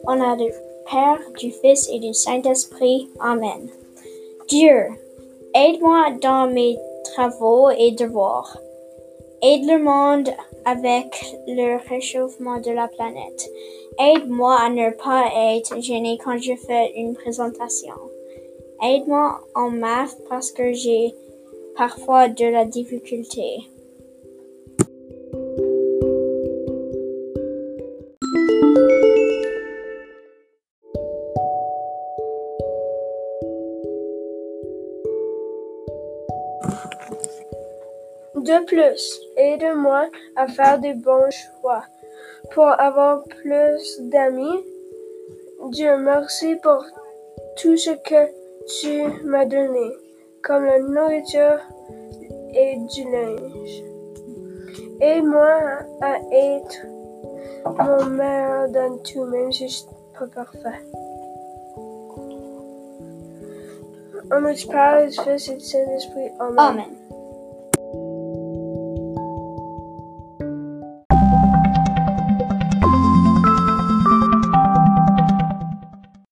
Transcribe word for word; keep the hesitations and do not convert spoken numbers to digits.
Au nom du Père, du Fils et du Saint-Esprit. Amen. Dieu, aide-moi dans mes travaux et devoirs. Aide le monde avec le réchauffement de la planète. Aide-moi à ne pas être gêné quand je fais une présentation. Aide-moi en maths parce que j'ai parfois de la difficulté. De plus, aide-moi à faire de bons choix pour avoir plus d'amis. Dieu, merci pour tout ce que tu m'as donné, comme la nourriture et du linge. Aide-moi à être mon meilleur dans tout, même si je ne suis pas parfait. Au nom du Père, du Fils et du Saint-Esprit. Amen. Amen.